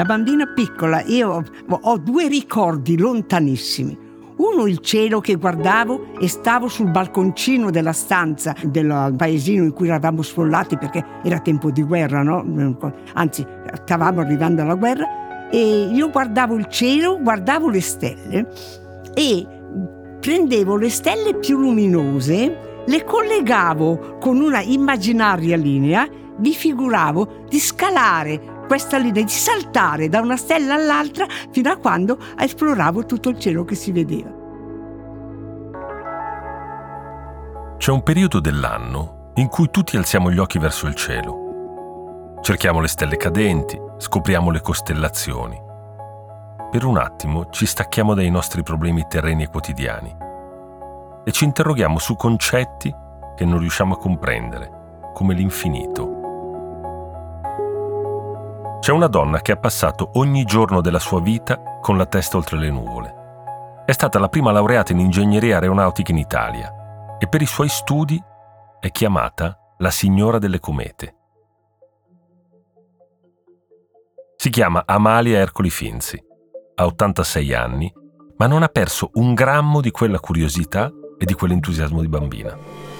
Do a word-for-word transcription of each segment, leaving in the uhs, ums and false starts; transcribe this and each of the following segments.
Da bambina piccola io ho, ho due ricordi lontanissimi. Uno, il cielo che guardavo e stavo sul balconcino della stanza del paesino in cui eravamo sfollati perché era tempo di guerra, no? Anzi, stavamo arrivando alla guerra, e io guardavo il cielo, guardavo le stelle e prendevo le stelle più luminose, le collegavo con una immaginaria linea, vi figuravo di scalare questa linea, di saltare da una stella all'altra fino a quando esploravo tutto il cielo che si vedeva. C'è un periodo dell'anno in cui tutti alziamo gli occhi verso il cielo. Cerchiamo le stelle cadenti, scopriamo le costellazioni. Per un attimo ci stacchiamo dai nostri problemi terreni e quotidiani e ci interroghiamo su concetti che non riusciamo a comprendere, come l'infinito. C'è una donna che ha passato ogni giorno della sua vita con la testa oltre le nuvole. È stata la prima laureata in ingegneria aeronautica in Italia e per i suoi studi è chiamata la signora delle comete. Si chiama Amalia Ercoli Finzi, ha ottantasei anni, ma non ha perso un grammo di quella curiosità e di quell'entusiasmo di bambina.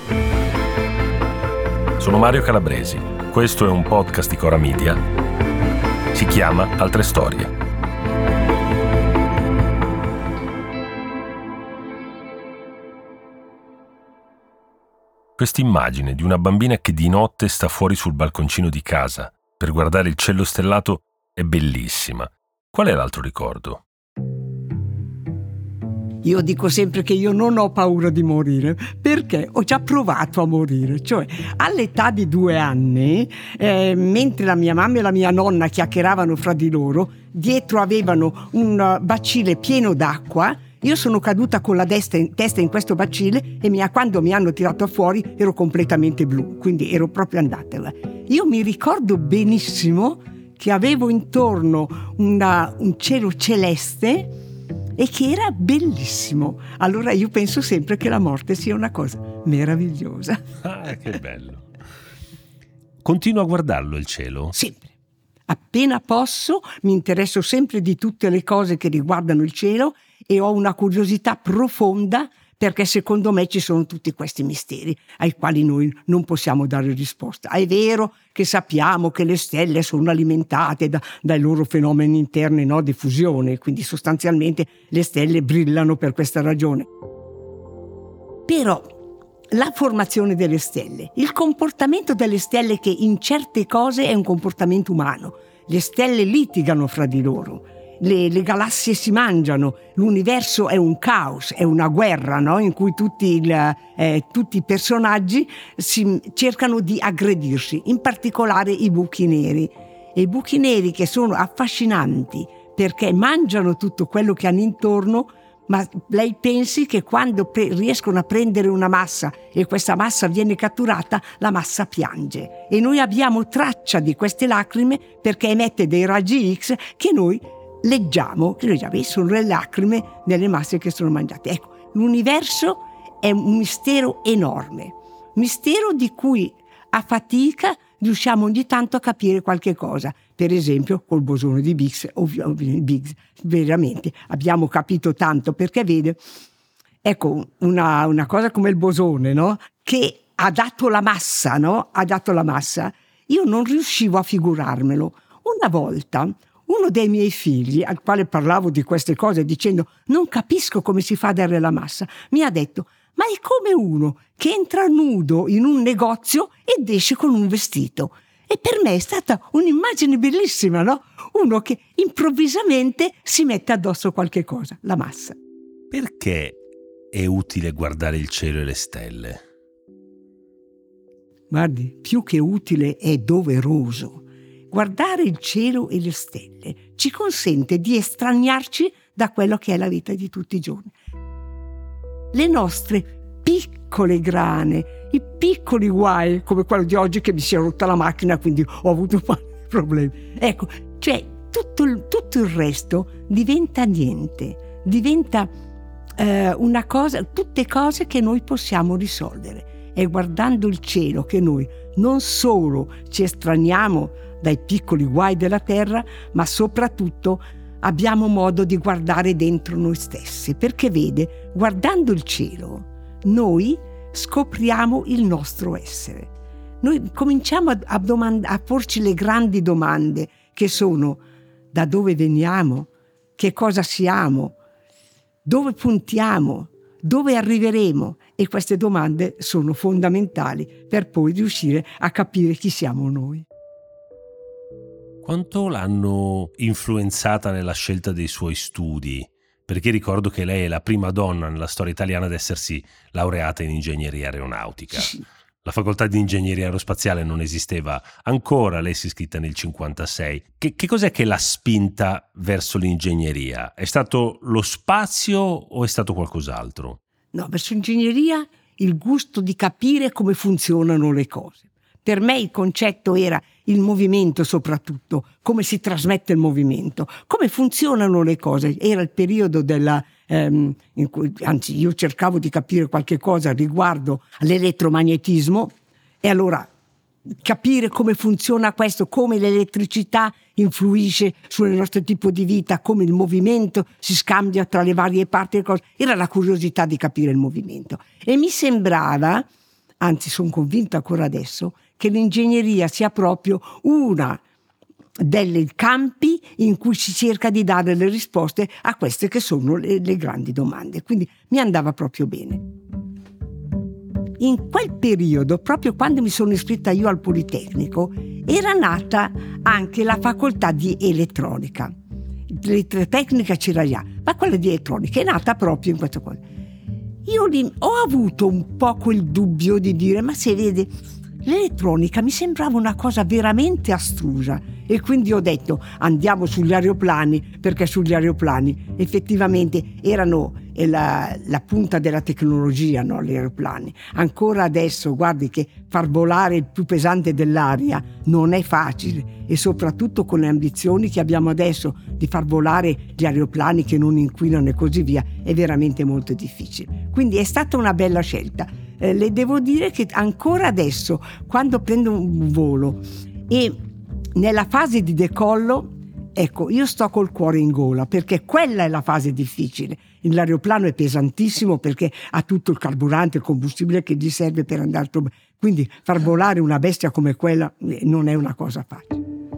Sono Mario Calabresi, questo è un podcast di Cora Media. Si chiama Altre Storie. Quest'immagine di una bambina che di notte sta fuori sul balconcino di casa per guardare il cielo stellato è bellissima. Qual è l'altro ricordo? Io dico sempre che io non ho paura di morire perché ho già provato a morire, cioè all'età di due anni, eh, mentre la mia mamma e la mia nonna chiacchieravano fra di loro, dietro avevano un bacile pieno d'acqua, io sono caduta con la testa in, testa in questo bacile e mi, quando mi hanno tirato fuori ero completamente blu, quindi ero proprio andata. Io mi ricordo benissimo che avevo intorno una, un cielo celeste e che era bellissimo. Allora io penso sempre che la morte sia una cosa meravigliosa. Ah, che bello. Continua a guardarlo il cielo? Sempre. Appena posso mi interesso sempre di tutte le cose che riguardano il cielo e ho una curiosità profonda perché secondo me ci sono tutti questi misteri ai quali noi non possiamo dare risposta. È vero che sappiamo che le stelle sono alimentate da, dai loro fenomeni interni, no, di fusione, quindi sostanzialmente le stelle brillano per questa ragione. Però la formazione delle stelle, il comportamento delle stelle che in certe cose è un comportamento umano, le stelle litigano fra di loro, Le, le galassie si mangiano, l'universo è un caos, è una guerra, no? In cui tutti, il, eh, tutti i personaggi si, cercano di aggredirsi, in particolare i buchi neri. E i buchi neri che sono affascinanti perché mangiano tutto quello che hanno intorno, ma lei pensi che quando pre- riescono a prendere una massa e questa massa viene catturata, la massa piange. E noi abbiamo traccia di queste lacrime perché emette dei raggi X che noi leggiamo, che leggiamo, sono le lacrime delle masse che sono mangiate. Ecco, l'universo è un mistero enorme, mistero di cui a fatica riusciamo ogni tanto a capire qualche cosa. Per esempio col bosone di Higgs, ovvio, Higgs, veramente abbiamo capito tanto perché vede, ecco, una, una cosa come il bosone, no? Che ha dato la massa, no? Ha dato la massa. Io non riuscivo a figurarmelo. Una volta uno dei miei figli, al quale parlavo di queste cose dicendo non capisco come si fa a dare la massa, mi ha detto: ma è come uno che entra nudo in un negozio ed esce con un vestito. E per me è stata un'immagine bellissima, no? Uno che improvvisamente si mette addosso qualche cosa, la massa. Perché è utile guardare il cielo e le stelle? Guardi, più che utile è doveroso. Guardare il cielo e le stelle ci consente di estraniarci da quello che è la vita di tutti i giorni. Le nostre piccole grane, i piccoli guai, come quello di oggi che mi si è rotta la macchina, quindi ho avuto problemi. Ecco, cioè tutto il, tutto il resto diventa niente, diventa eh, una cosa, tutte cose che noi possiamo risolvere. È guardando il cielo che noi non solo ci estraniamo dai piccoli guai della terra, ma soprattutto abbiamo modo di guardare dentro noi stessi, perché vede, guardando il cielo, noi scopriamo il nostro essere. Noi cominciamo a, a, domand- a porci le grandi domande, che sono: da dove veniamo, che cosa siamo, dove puntiamo, dove arriveremo? E queste domande sono fondamentali per poi riuscire a capire chi siamo noi. Quanto l'hanno influenzata nella scelta dei suoi studi? Perché ricordo che lei è la prima donna nella storia italiana ad essersi laureata in ingegneria aeronautica. Sì. La facoltà di ingegneria aerospaziale non esisteva ancora, lei si è iscritta nel cinquantasei. Che, che cos'è che l'ha spinta verso l'ingegneria? È stato lo spazio o è stato qualcos'altro? No, verso ingegneria il gusto di capire come funzionano le cose. Per me il concetto era il movimento, soprattutto, come si trasmette il movimento, come funzionano le cose. Era il periodo della, ehm, in cui, anzi io cercavo di capire qualche cosa riguardo all'elettromagnetismo, e allora capire come funziona questo, come l'elettricità influisce sul nostro tipo di vita, come il movimento si scambia tra le varie parti delle cose. Era la curiosità di capire il movimento. E mi sembrava, anzi sono convinta ancora adesso, che l'ingegneria sia proprio una dei campi in cui si cerca di dare le risposte a queste che sono le, le grandi domande. Quindi mi andava proprio bene. In quel periodo, proprio quando mi sono iscritta io al Politecnico, era nata anche la facoltà di elettronica. L'elettrotecnica c'era già, ma quella di elettronica è nata proprio in questa cosa. Io lì ho avuto un po' quel dubbio di dire: ma se vede, l'elettronica mi sembrava una cosa veramente astrusa, e quindi ho detto andiamo sugli aeroplani, perché sugli aeroplani effettivamente erano la, la punta della tecnologia, no? Gli aeroplani. Ancora adesso guardi che far volare il più pesante dell'aria non è facile, e soprattutto con le ambizioni che abbiamo adesso di far volare gli aeroplani che non inquinano e così via, è veramente molto difficile. Quindi è stata una bella scelta. Eh, le devo dire che ancora adesso, quando prendo un volo e nella fase di decollo, ecco, io sto col cuore in gola, perché quella è la fase difficile. L'aeroplano è pesantissimo perché ha tutto il carburante, il combustibile che gli serve per andare su. Quindi far volare una bestia come quella non è una cosa facile.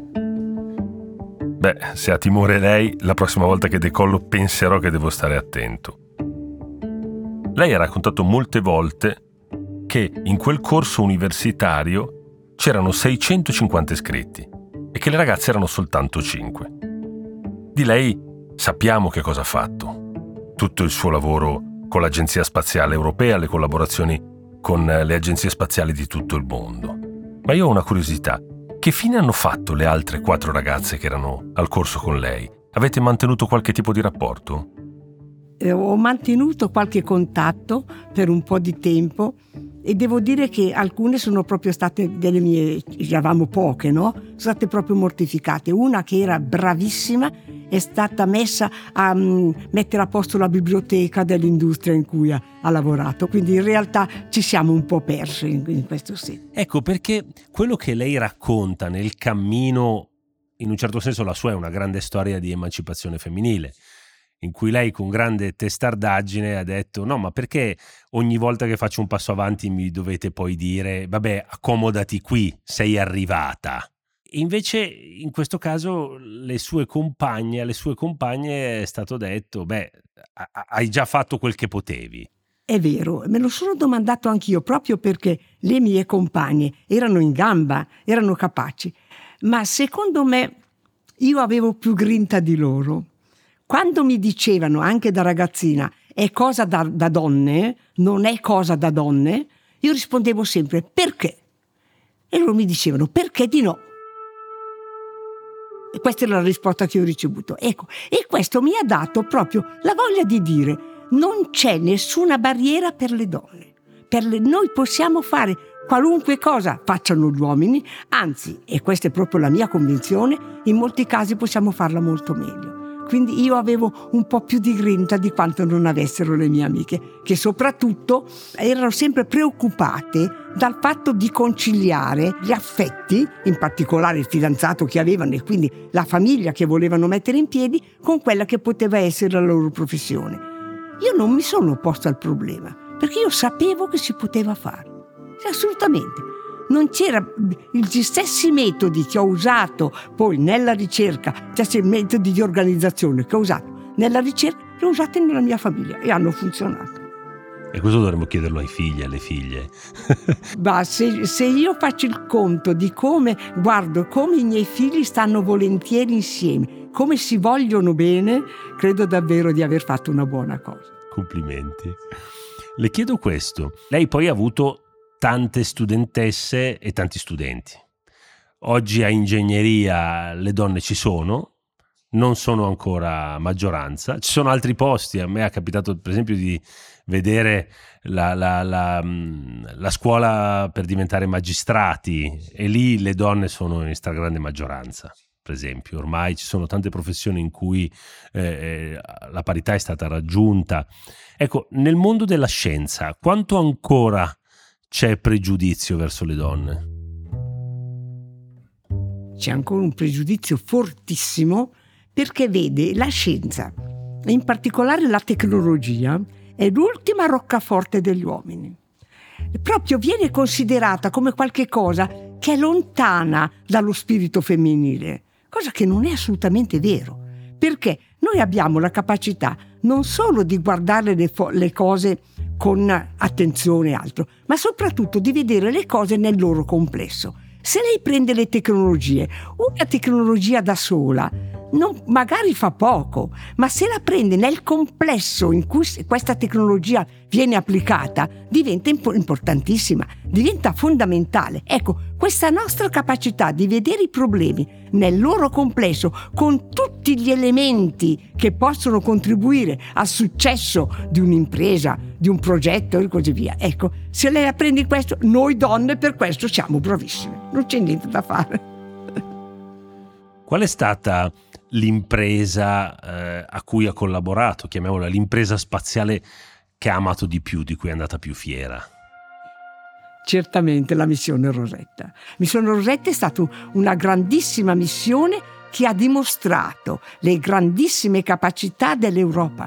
Beh, se ha timore lei, la prossima volta che decollo penserò che devo stare attento. Lei ha raccontato molte volte che in quel corso universitario c'erano seicentocinquanta iscritti e che le ragazze erano soltanto cinque. Di lei sappiamo che cosa ha fatto. Tutto il suo lavoro con l'Agenzia Spaziale Europea, le collaborazioni con le agenzie spaziali di tutto il mondo. Ma io ho una curiosità. Che fine hanno fatto le altre quattro ragazze che erano al corso con lei? Avete mantenuto qualche tipo di rapporto? Eh, ho mantenuto qualche contatto per un po' di tempo, e devo dire che alcune sono proprio state delle mie, eravamo poche, no? Sono state proprio mortificate. Una che era bravissima è stata messa a um, mettere a posto la biblioteca dell'industria in cui ha, ha lavorato, quindi in realtà ci siamo un po' persi in, in questo senso. Ecco, perché quello che lei racconta nel cammino, in un certo senso la sua è una grande storia di emancipazione femminile, in cui lei con grande testardaggine ha detto: no, ma perché ogni volta che faccio un passo avanti mi dovete poi dire vabbè, accomodati qui, sei arrivata. Invece in questo caso le sue compagne, alle sue compagne è stato detto: beh, hai già fatto quel che potevi. È vero, me lo sono domandato anch'io, proprio perché le mie compagne erano in gamba, erano capaci, ma secondo me io avevo più grinta di loro. Quando mi dicevano, anche da ragazzina, è cosa da, da donne, non è cosa da donne, io rispondevo sempre: perché? E loro mi dicevano: perché di no? E questa è la risposta che ho ricevuto. Ecco, e questo mi ha dato proprio la voglia di dire: non c'è nessuna barriera per le donne. Per le, noi possiamo fare qualunque cosa facciano gli uomini, anzi, e questa è proprio la mia convinzione, in molti casi possiamo farla molto meglio. quindi io avevo un po' più di grinta di quanto non avessero le mie amiche, che soprattutto erano sempre preoccupate dal fatto di conciliare gli affetti, in particolare il fidanzato che avevano e quindi la famiglia che volevano mettere in piedi, con quella che poteva essere la loro professione. Io non mi sono opposta al problema, perché io sapevo che si poteva fare, assolutamente. Non c'era gli stessi metodi che ho usato poi nella ricerca, gli stessi metodi di organizzazione che ho usato nella ricerca, li ho usati nella mia famiglia e hanno funzionato. E questo dovremmo chiederlo ai figli, alle figlie. Ma se, se io faccio il conto di come guardo come i miei figli stanno volentieri insieme, come si vogliono bene, credo davvero di aver fatto una buona cosa. Complimenti. Le chiedo questo. Lei poi ha avuto tante studentesse e tanti studenti. Oggi a ingegneria le donne ci sono, non sono ancora maggioranza. Ci sono altri posti, a me è capitato per esempio di vedere la, la, la, la scuola per diventare magistrati e lì le donne sono in stragrande maggioranza. Per esempio, ormai ci sono tante professioni in cui eh, la parità è stata raggiunta. Ecco, nel mondo della scienza, quanto ancora c'è pregiudizio verso le donne? C'è ancora un pregiudizio fortissimo, perché vede, la scienza, e in particolare la tecnologia, è l'ultima roccaforte degli uomini. Proprio viene considerata come qualche cosa che è lontana dallo spirito femminile, cosa che non è assolutamente vero, perché noi abbiamo la capacità non solo di guardare le, fo- le cose con attenzione e altro, ma soprattutto di vedere le cose nel loro complesso. Se lei prende le tecnologie, una tecnologia da sola non, magari fa poco, ma se la prende nel complesso in cui questa tecnologia viene applicata, diventa imp- importantissima, diventa fondamentale. Ecco, questa nostra capacità di vedere i problemi nel loro complesso, con tutti gli elementi che possono contribuire al successo di un'impresa, di un progetto e così via. Ecco, se lei la prende in questo, noi donne per questo siamo bravissime, non c'è niente da fare. Qual è stata l'impresa eh, a cui ha collaborato, chiamiamola l'impresa spaziale che ha amato di più, di cui è andata più fiera? Certamente la missione Rosetta. Missione Rosetta è stata una grandissima missione che ha dimostrato le grandissime capacità dell'Europa.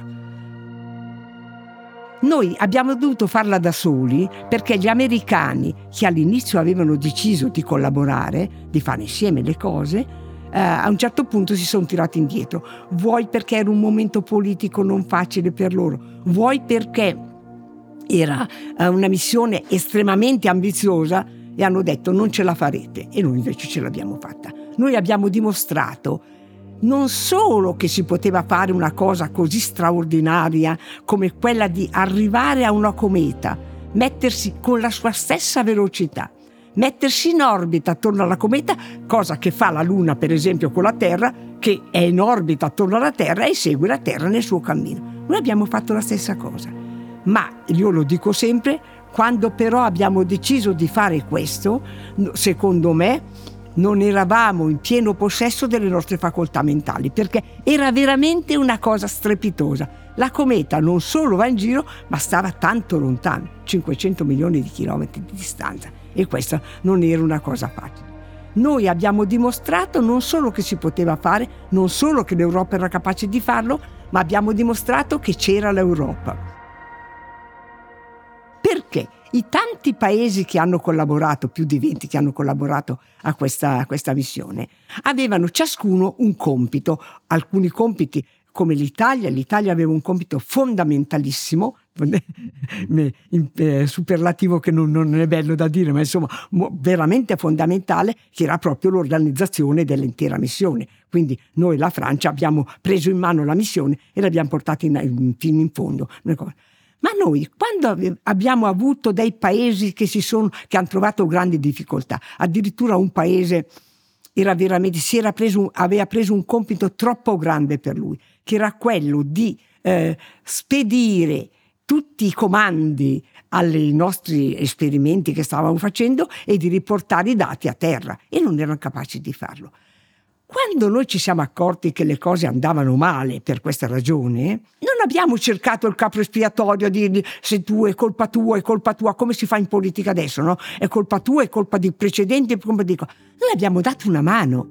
Noi abbiamo dovuto farla da soli perché gli americani, che all'inizio avevano deciso di collaborare, di fare insieme le cose, Uh, a un certo punto si sono tirati indietro, vuoi perché era un momento politico non facile per loro, vuoi perché era uh, una missione estremamente ambiziosa e hanno detto non ce la farete, e noi invece ce l'abbiamo fatta. Noi abbiamo dimostrato non solo che si poteva fare una cosa così straordinaria come quella di arrivare a una cometa, mettersi con la sua stessa velocità, mettersi in orbita attorno alla cometa, cosa che fa la Luna per esempio con la Terra, che è in orbita attorno alla Terra e segue la Terra nel suo cammino. Noi abbiamo fatto la stessa cosa, ma io lo dico sempre, quando però abbiamo deciso di fare questo, secondo me non eravamo in pieno possesso delle nostre facoltà mentali, perché era veramente una cosa strepitosa. La cometa non solo va in giro, ma stava tanto lontano, cinquecento milioni di chilometri di distanza. E questa non era una cosa facile. Noi abbiamo dimostrato non solo che si poteva fare, non solo che l'Europa era capace di farlo, ma abbiamo dimostrato che c'era l'Europa. Perché i tanti paesi che hanno collaborato, più di venti che hanno collaborato a questa, a questa missione, avevano ciascuno un compito, alcuni compiti come l'Italia, l'Italia aveva un compito fondamentalissimo, superlativo che non, non è bello da dire, ma insomma veramente fondamentale, che era proprio l'organizzazione dell'intera missione. Quindi noi, la Francia, abbiamo preso in mano la missione e l'abbiamo portata in, in, fino in fondo. Ma noi, quando abbiamo avuto dei paesi che si sono, che hanno trovato grandi difficoltà, addirittura un paese era veramente, si era preso, aveva preso un compito troppo grande per lui, che era quello di eh, spedire tutti i comandi ai nostri esperimenti che stavamo facendo e di riportare i dati a terra, e non erano capaci di farlo. Quando noi ci siamo accorti che le cose andavano male per questa ragione, non abbiamo cercato il capro espiatorio a dirgli se tu è colpa tua, è colpa tua, come si fa in politica adesso, no? È colpa tua, è colpa di precedenti, è colpa di... Noi abbiamo dato una mano.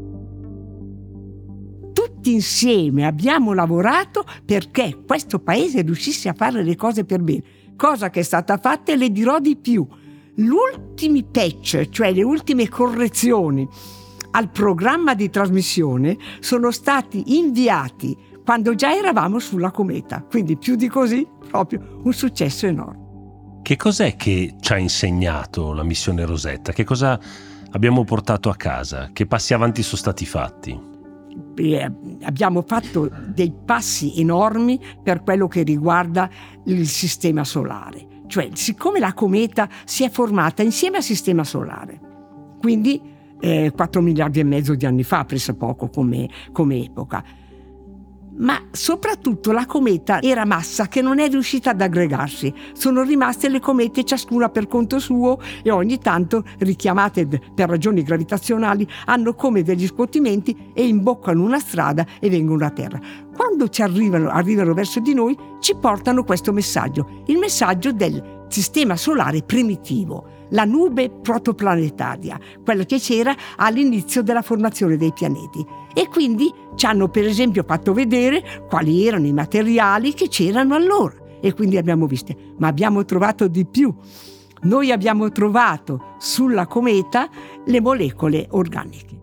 Tutti insieme abbiamo lavorato perché questo paese riuscisse a fare le cose per bene, cosa che è stata fatta, e le dirò di più. Gli ultimi patch, cioè le ultime correzioni al programma di trasmissione, sono stati inviati quando già eravamo sulla cometa, quindi più di così proprio un successo enorme. Che cos'è che ci ha insegnato la missione Rosetta? Che cosa abbiamo portato a casa? Che passi avanti sono stati fatti? Eh, abbiamo fatto dei passi enormi per quello che riguarda il sistema solare, cioè siccome la cometa si è formata insieme al sistema solare, quindi Eh, quattro miliardi e mezzo di anni fa, pressappoco come, come epoca. Ma soprattutto la cometa era massa che non è riuscita ad aggregarsi. Sono rimaste le comete ciascuna per conto suo e ogni tanto, richiamate per ragioni gravitazionali, hanno come degli scuotimenti e imboccano una strada e vengono a terra. Quando ci arrivano, arrivano verso di noi, ci portano questo messaggio, il messaggio del sistema solare primitivo, la nube protoplanetaria, quella che c'era all'inizio della formazione dei pianeti. E quindi ci hanno per esempio fatto vedere quali erano i materiali che c'erano allora. E quindi abbiamo visto, ma abbiamo trovato di più. Noi abbiamo trovato sulla cometa le molecole organiche.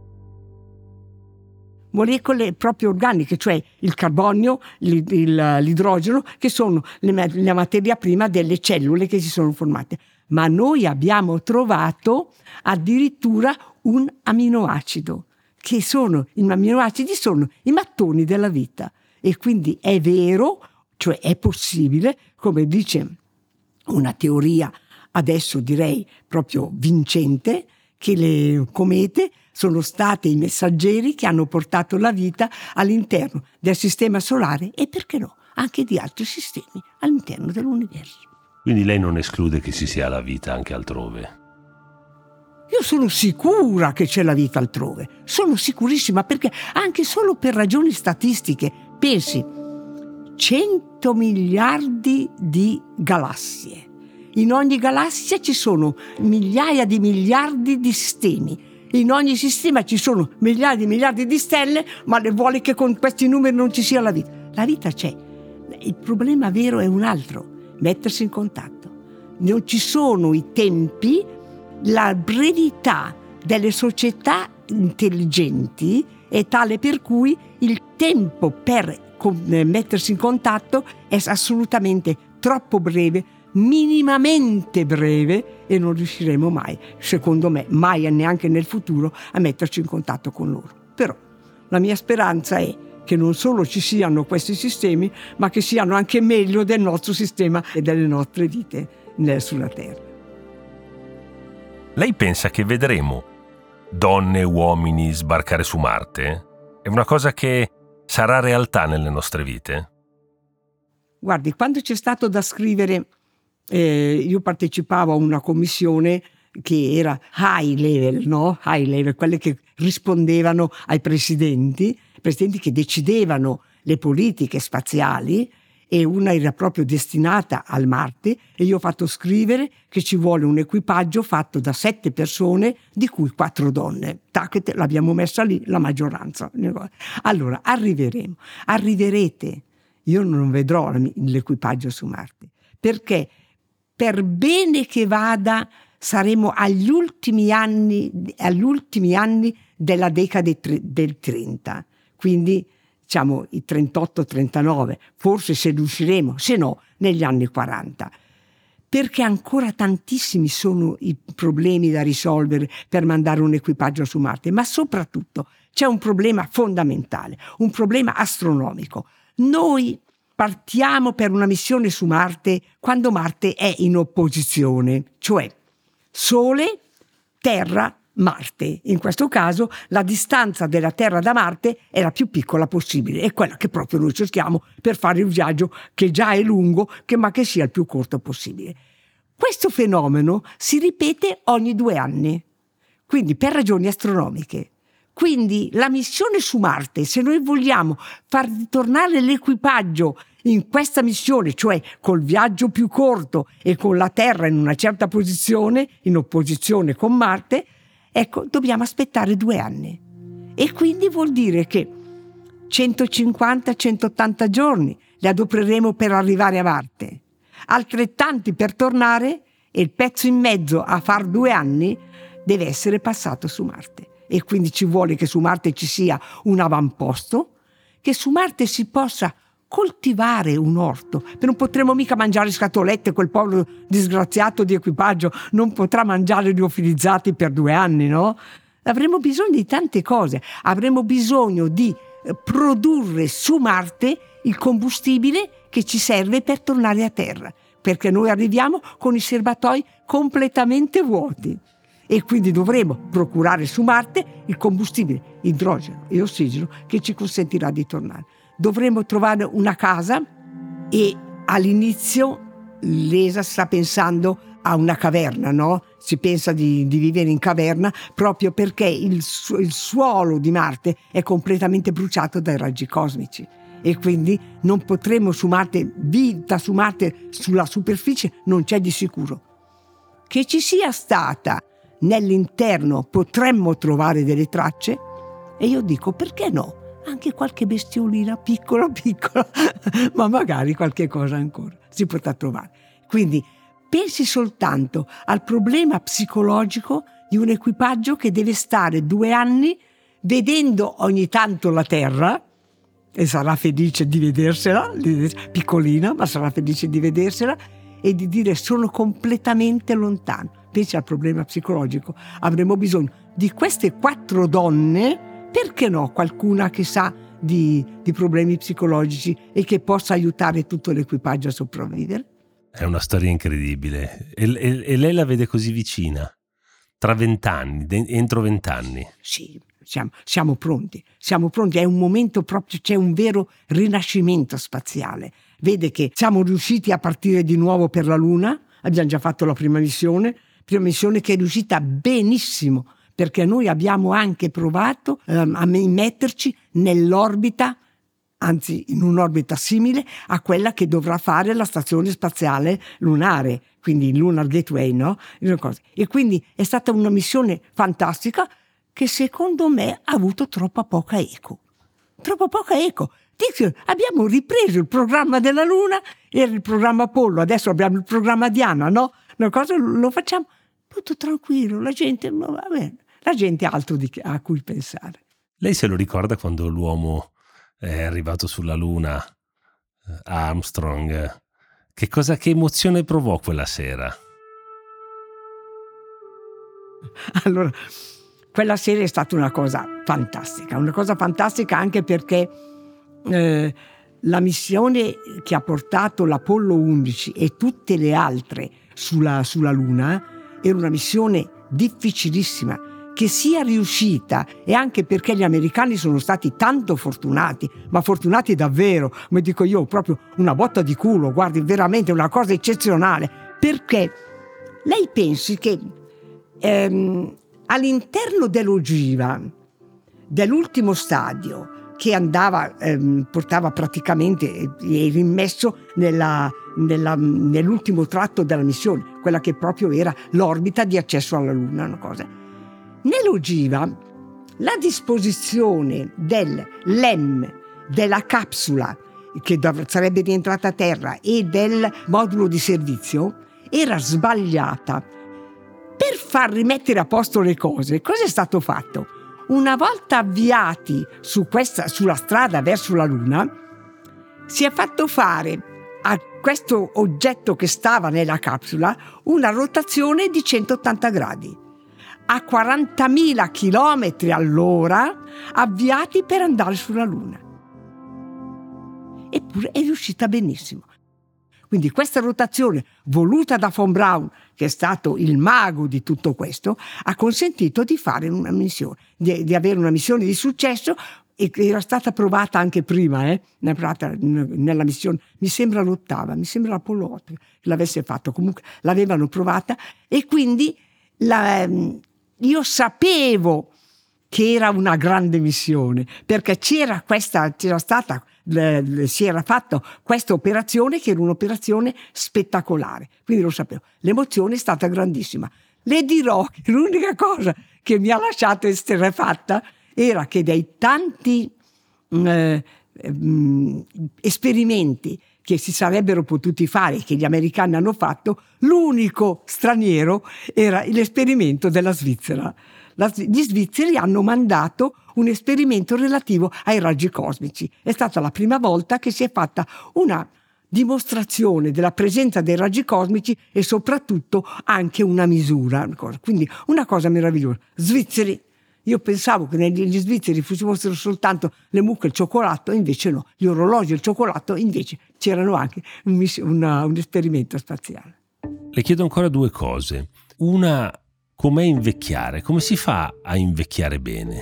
Molecole proprio organiche, cioè il carbonio, l'idrogeno, che sono la materia prima delle cellule che si sono formate. Ma noi abbiamo trovato addirittura un aminoacido, che sono, i amminoacidi sono i mattoni della vita. E quindi è vero, cioè è possibile, come dice una teoria adesso direi proprio vincente, che le comete sono state i messaggeri che hanno portato la vita all'interno del sistema solare e, perché no, anche di altri sistemi all'interno dell'universo. Quindi lei non esclude che ci sia la vita anche altrove? Io sono sicura che c'è la vita altrove, sono sicurissima, perché anche solo per ragioni statistiche, pensi, cento miliardi di galassie. In ogni galassia ci sono migliaia di miliardi di sistemi. In ogni sistema ci sono migliaia di miliardi di stelle, ma le vuole che con questi numeri non ci sia la vita. La vita c'è. Il problema vero è un altro. Mettersi in contatto. Non ci sono i tempi, la brevità delle società intelligenti è tale per cui il tempo per mettersi in contatto è assolutamente troppo breve, minimamente breve, e non riusciremo mai, secondo me, mai e neanche nel futuro, a metterci in contatto con loro. Però la mia speranza è che non solo ci siano questi sistemi, ma che siano anche meglio del nostro sistema e delle nostre vite sulla Terra. Lei pensa che vedremo donne e uomini sbarcare su Marte? È una cosa che sarà realtà nelle nostre vite? Guardi, quando c'è stato da scrivere, eh, io partecipavo a una commissione che era high level, no? High level, quelle che rispondevano ai presidenti, presidenti che decidevano le politiche spaziali, e una era proprio destinata al Marte, e io ho fatto scrivere che ci vuole un equipaggio fatto da sette persone, di cui quattro donne. Tac, l'abbiamo messa lì, la maggioranza. Allora, arriveremo, arriverete. Io non vedrò l'equipaggio su Marte, perché per bene che vada saremo agli ultimi anni, agli ultimi anni della decade del trenta, quindi diciamo i trentotto trentanove, forse se riusciremo, se no negli anni quaranta, perché ancora tantissimi sono i problemi da risolvere per mandare un equipaggio su Marte, ma soprattutto c'è un problema fondamentale, un problema astronomico. Noi partiamo per una missione su Marte quando Marte è in opposizione, cioè Sole, Terra, Marte. In questo caso la distanza della Terra da Marte è la più piccola possibile, è quella che proprio noi cerchiamo per fare il viaggio, che già è lungo, che, ma che sia il più corto possibile. Questo fenomeno si ripete ogni due anni, quindi per ragioni astronomiche. Quindi la missione su Marte, se noi vogliamo far ritornare l'equipaggio in questa missione, cioè col viaggio più corto e con la Terra in una certa posizione, in opposizione con Marte, ecco, dobbiamo aspettare due anni. E quindi vuol dire che centocinquanta centottanta giorni li adopereremo per arrivare a Marte, altrettanti per tornare, e il pezzo in mezzo a far due anni deve essere passato su Marte. E quindi ci vuole che su Marte ci sia un avamposto, che su Marte si possa coltivare un orto. Non potremo mica mangiare scatolette, quel povero disgraziato di equipaggio non potrà mangiare liofilizzati per due anni, no? Avremo bisogno di tante cose, avremo bisogno di produrre su Marte il combustibile che ci serve per tornare a Terra, perché noi arriviamo con i serbatoi completamente vuoti. E quindi dovremo procurare su Marte il combustibile, idrogeno e ossigeno, che ci consentirà di tornare. Dovremo trovare una casa e all'inizio l'E S A sta pensando a una caverna, no? Si pensa di, di vivere in caverna proprio perché il, su- il suolo di Marte è completamente bruciato dai raggi cosmici e quindi non potremo su Marte, vita su Marte sulla superficie non c'è di sicuro. Che ci sia stata nell'interno potremmo trovare delle tracce e io dico perché no? Anche qualche bestiolina piccola piccola ma magari qualche cosa ancora si potrà trovare. Quindi pensi soltanto al problema psicologico di un equipaggio che deve stare due anni vedendo ogni tanto la Terra e sarà felice di vedersela, piccolina ma sarà felice di vedersela e di dire sono completamente lontano. Pensi al problema psicologico. Avremo bisogno di queste quattro donne, perché no, qualcuna che sa di, di problemi psicologici e che possa aiutare tutto l'equipaggio a sopravvivere. È una storia incredibile. E, e, e lei la vede così vicina? Tra vent'anni, entro vent'anni? Sì, siamo, siamo pronti. Siamo pronti. È un momento proprio, c'è un vero rinascimento spaziale. Vede che siamo riusciti a partire di nuovo per la Luna. Abbiamo già fatto la prima missione. Prima missione che è riuscita benissimo, perché noi abbiamo anche provato um, a metterci nell'orbita, anzi in un'orbita simile a quella che dovrà fare la stazione spaziale lunare, quindi il Lunar Gateway, no? E quindi è stata una missione fantastica che secondo me ha avuto troppa poca eco. Troppo poca eco. Dico, abbiamo ripreso il programma della Luna, era il programma Apollo, adesso abbiamo il programma Diana, no? Una cosa lo facciamo tutto tranquillo, la gente, va bene, la gente ha altro di, a cui pensare. Lei se lo ricorda quando l'uomo è arrivato sulla Luna, Armstrong? Che cosa, che emozione provò quella sera? Allora, quella sera è stata una cosa fantastica, una cosa fantastica anche perché eh, la missione che ha portato l'Apollo undici e tutte le altre sulla, sulla Luna era una missione difficilissima. Che sia riuscita e anche perché gli americani sono stati tanto fortunati, ma fortunati davvero, come dico io, proprio una botta di culo, guardi, veramente una cosa eccezionale, perché lei pensi che ehm, all'interno dell'ogiva dell'ultimo stadio che andava, ehm, portava praticamente, è immesso nella, nella, nell'ultimo tratto della missione, quella che proprio era l'orbita di accesso alla Luna, una cosa. Nell'ogiva la disposizione dell'E M, della capsula che sarebbe rientrata a terra e del modulo di servizio era sbagliata. Per far rimettere a posto le cose, cosa è stato fatto? Una volta avviati su questa, sulla strada verso la Luna, si è fatto fare a questo oggetto che stava nella capsula una rotazione di centottanta gradi. A quarantamila chilometri all'ora avviati per andare sulla Luna. Eppure è riuscita benissimo. Quindi questa rotazione voluta da von Braun, che è stato il mago di tutto questo, ha consentito di fare una missione, di, di avere una missione di successo, e era stata provata anche prima, eh? Nella missione, mi sembra l'ottava, mi sembra l'Apollo otto che l'avesse fatto, comunque l'avevano provata e quindi la, io sapevo che era una grande missione, perché c'era questa, c'era stata, eh, si era fatta questa operazione che era un'operazione spettacolare, quindi lo sapevo. L'emozione è stata grandissima. Le dirò che l'unica cosa che mi ha lasciato esterrefatta era che dei tanti eh, eh, esperimenti che si sarebbero potuti fare, che gli americani hanno fatto, l'unico straniero era l'esperimento della Svizzera. La, gli svizzeri hanno mandato un esperimento relativo ai raggi cosmici. È stata la prima volta che si è fatta una dimostrazione della presenza dei raggi cosmici e soprattutto anche una misura. Una cosa. Quindi una cosa meravigliosa. Svizzeri. Io pensavo che negli svizzeri fossero soltanto le mucche e il cioccolato, invece no. Gli orologi e il cioccolato, invece c'erano anche un, una, un esperimento spaziale. Le chiedo ancora due cose. Una, com'è invecchiare? Come si fa a invecchiare bene?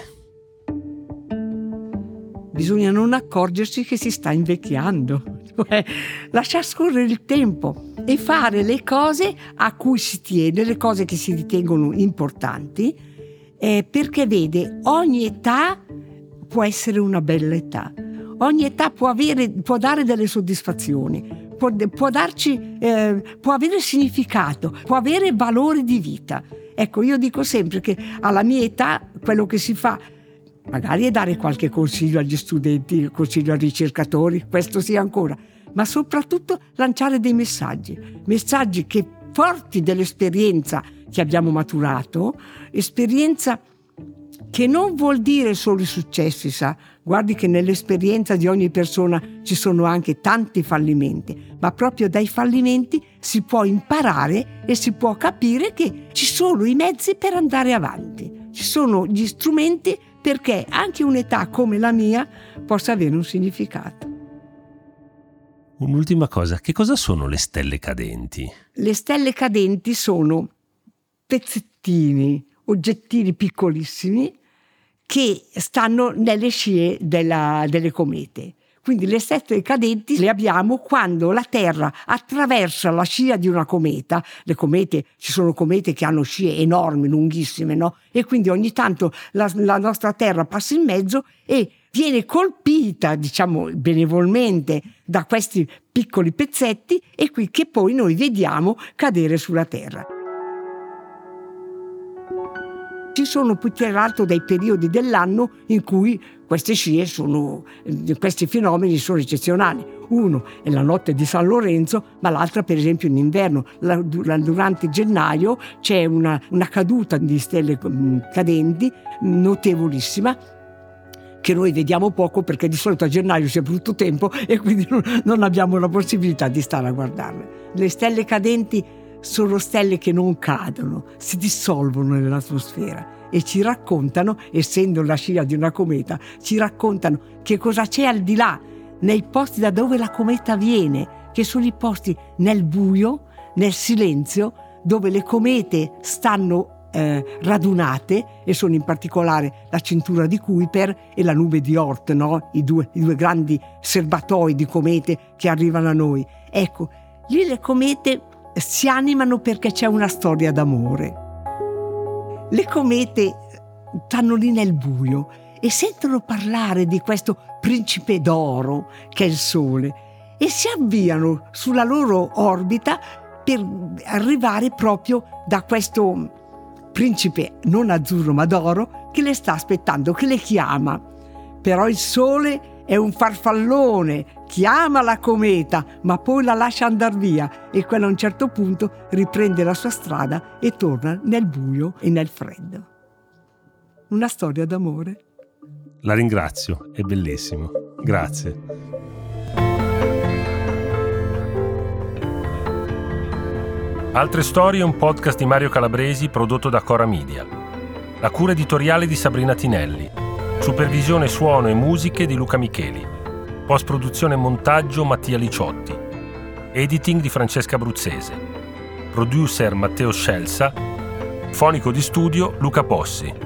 Bisogna non accorgersi che si sta invecchiando, cioè lasciar scorrere il tempo e fare le cose a cui si tiene, le cose che si ritengono importanti, eh, perché vede, ogni età può essere una bella età, ogni età può avere, può dare delle soddisfazioni, può, può darci, eh, può avere significato, può avere valore di vita. Ecco, io dico sempre che alla mia età quello che si fa magari è dare qualche consiglio agli studenti, consiglio ai ricercatori, questo sì ancora, ma soprattutto lanciare dei messaggi, messaggi che forti dell'esperienza che abbiamo maturato, esperienza che non vuol dire solo i successi, sa? Guardi che nell'esperienza di ogni persona ci sono anche tanti fallimenti, ma proprio dai fallimenti si può imparare e si può capire che ci sono i mezzi per andare avanti, ci sono gli strumenti perché anche un'età come la mia possa avere un significato. Un'ultima cosa, che cosa sono le stelle cadenti? Le stelle cadenti sono pezzettini, oggettini piccolissimi che stanno nelle scie della, delle comete. Quindi le stelle cadenti le abbiamo quando la Terra attraversa la scia di una cometa. Le comete, ci sono comete che hanno scie enormi, lunghissime, no? E quindi ogni tanto la, la nostra Terra passa in mezzo e viene colpita, diciamo benevolmente, da questi piccoli pezzetti e qui che poi noi vediamo cadere sulla Terra. Ci sono più che altro dei periodi dell'anno in cui queste scie sono, questi fenomeni sono eccezionali. Uno è la notte di San Lorenzo, ma l'altra per esempio in inverno. La, durante gennaio c'è una, una caduta di stelle cadenti notevolissima che noi vediamo poco perché di solito a gennaio c'è brutto tempo e quindi non, non abbiamo la possibilità di stare a guardarle. Le stelle cadenti sono stelle che non cadono, si dissolvono nell'atmosfera e ci raccontano, essendo la scia di una cometa, ci raccontano che cosa c'è al di là, nei posti da dove la cometa viene, che sono i posti nel buio, nel silenzio, dove le comete stanno eh, radunate, e sono in particolare la cintura di Kuiper e la nube di Oort, no? I due, i due grandi serbatoi di comete che arrivano a noi. Ecco, lì le comete si animano perché c'è una storia d'amore. Le comete stanno lì nel buio e sentono parlare di questo principe d'oro che è il Sole e si avviano sulla loro orbita per arrivare proprio da questo principe non azzurro ma d'oro che le sta aspettando, che le chiama. Però il Sole è un farfallone, chiama la cometa, ma poi la lascia andar via e quella a un certo punto riprende la sua strada e torna nel buio e nel freddo. Una storia d'amore. La ringrazio, è bellissimo. Grazie. Altre storie è un podcast di Mario Calabresi prodotto da Cora Media. La cura editoriale di Sabrina Tinelli. Supervisione suono e musiche di Luca Micheli. Post-produzione e montaggio Mattia Liciotti. Editing di Francesca Bruzzese. Producer Matteo Scelsa. Fonico di studio Luca Possi.